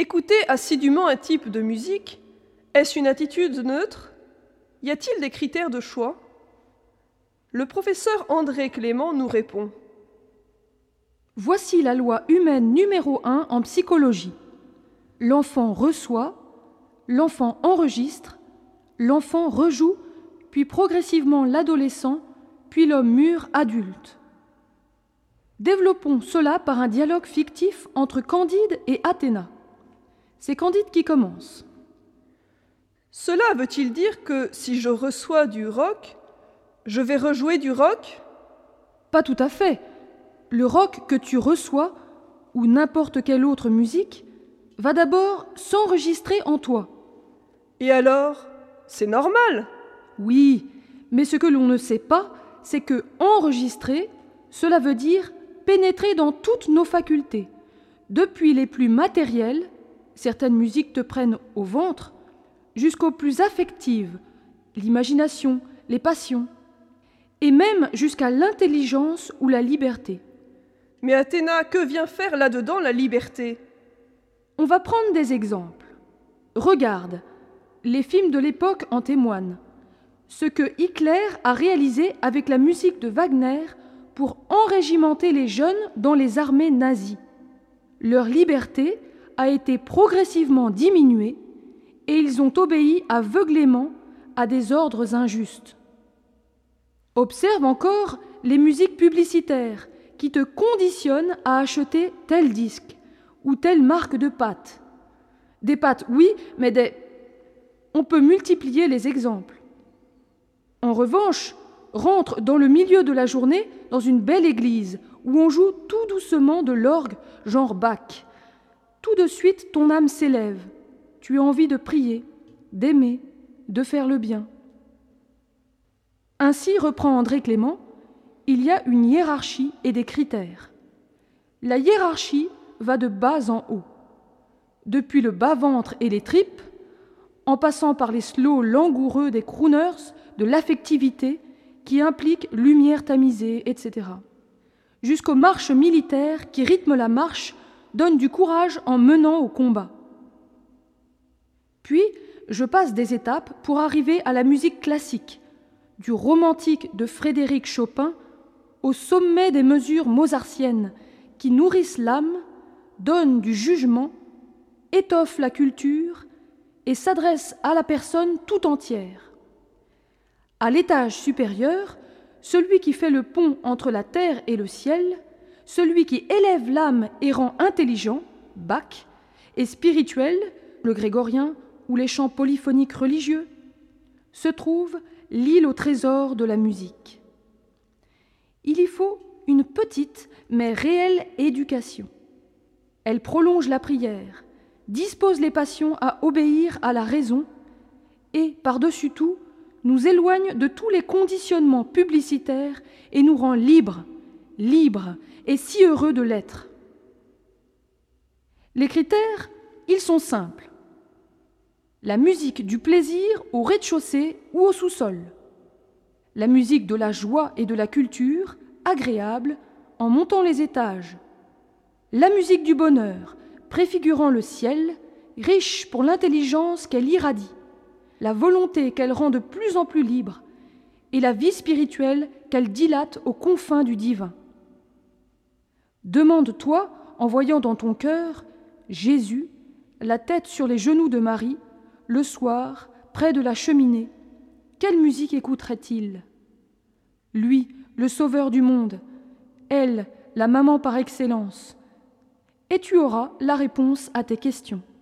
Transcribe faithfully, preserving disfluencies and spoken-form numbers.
Écouter assidûment un type de musique, est-ce une attitude neutre? Y a-t-il des critères de choix? Le professeur André Clément nous répond. Voici la loi humaine numéro un en psychologie. L'enfant reçoit, l'enfant enregistre, l'enfant rejoue, puis progressivement l'adolescent, puis l'homme mûr adulte. Développons cela par un dialogue fictif entre Candide et Athéna. C'est Candide qui commence. Cela veut-il dire que si je reçois du rock, je vais rejouer du rock? Pas tout à fait. Le rock que tu reçois, ou n'importe quelle autre musique, va d'abord s'enregistrer en toi. Et alors, c'est normal? Oui, mais ce que l'on ne sait pas, c'est que enregistrer, cela veut dire pénétrer dans toutes nos facultés, depuis les plus matérielles, certaines musiques te prennent au ventre, jusqu'aux plus affectives, l'imagination, les passions, et même jusqu'à l'intelligence ou la liberté. Mais Athéna, que vient faire là-dedans la liberté? On va prendre des exemples. Regarde, les films de l'époque en témoignent. Ce que Hitler a réalisé avec la musique de Wagner pour enrégimenter les jeunes dans les armées nazies. Leur liberté a été progressivement diminuée et ils ont obéi aveuglément à des ordres injustes. Observe encore les musiques publicitaires qui te conditionnent à acheter tel disque ou telle marque de pâtes. Des pâtes, oui, mais des... On peut multiplier les exemples. En revanche, rentre dans le milieu de la journée dans une belle église où on joue tout doucement de l'orgue, genre Bach. Tout de suite, ton âme s'élève. Tu as envie de prier, d'aimer, de faire le bien. Ainsi, reprend André Clément, il y a une hiérarchie et des critères. La hiérarchie va de bas en haut. Depuis le bas-ventre et les tripes, en passant par les slows langoureux des crooners, de l'affectivité qui implique lumière tamisée, et cetera. Jusqu'aux marches militaires qui rythment la marche, donnent du courage en menant au combat. Puis, je passe des étapes pour arriver à la musique classique, du romantique de Frédéric Chopin au sommet des mesures mozartiennes qui nourrissent l'âme, donnent du jugement, étoffent la culture et s'adressent à la personne tout entière. À l'étage supérieur, celui qui fait le pont entre la terre et le ciel, celui qui élève l'âme et rend intelligent, Bach, et spirituel, le grégorien ou les chants polyphoniques religieux, se trouve l'île au trésor de la musique. Il y faut une petite mais réelle éducation. Elle prolonge la prière, dispose les passions à obéir à la raison et, par-dessus tout, nous éloigne de tous les conditionnements publicitaires et nous rend libres, libres et si heureux de l'être. Les critères, ils sont simples. La musique du plaisir au rez-de-chaussée ou au sous-sol. La musique de la joie et de la culture, agréable, en montant les étages. La musique du bonheur, préfigurant le ciel, riche pour l'intelligence qu'elle irradie, la volonté qu'elle rend de plus en plus libre, et la vie spirituelle qu'elle dilate aux confins du divin. Demande-toi, en voyant dans ton cœur Jésus, la tête sur les genoux de Marie, le soir, près de la cheminée, quelle musique écouterait-il? Lui, le sauveur du monde, elle, la maman par excellence, et tu auras la réponse à tes questions.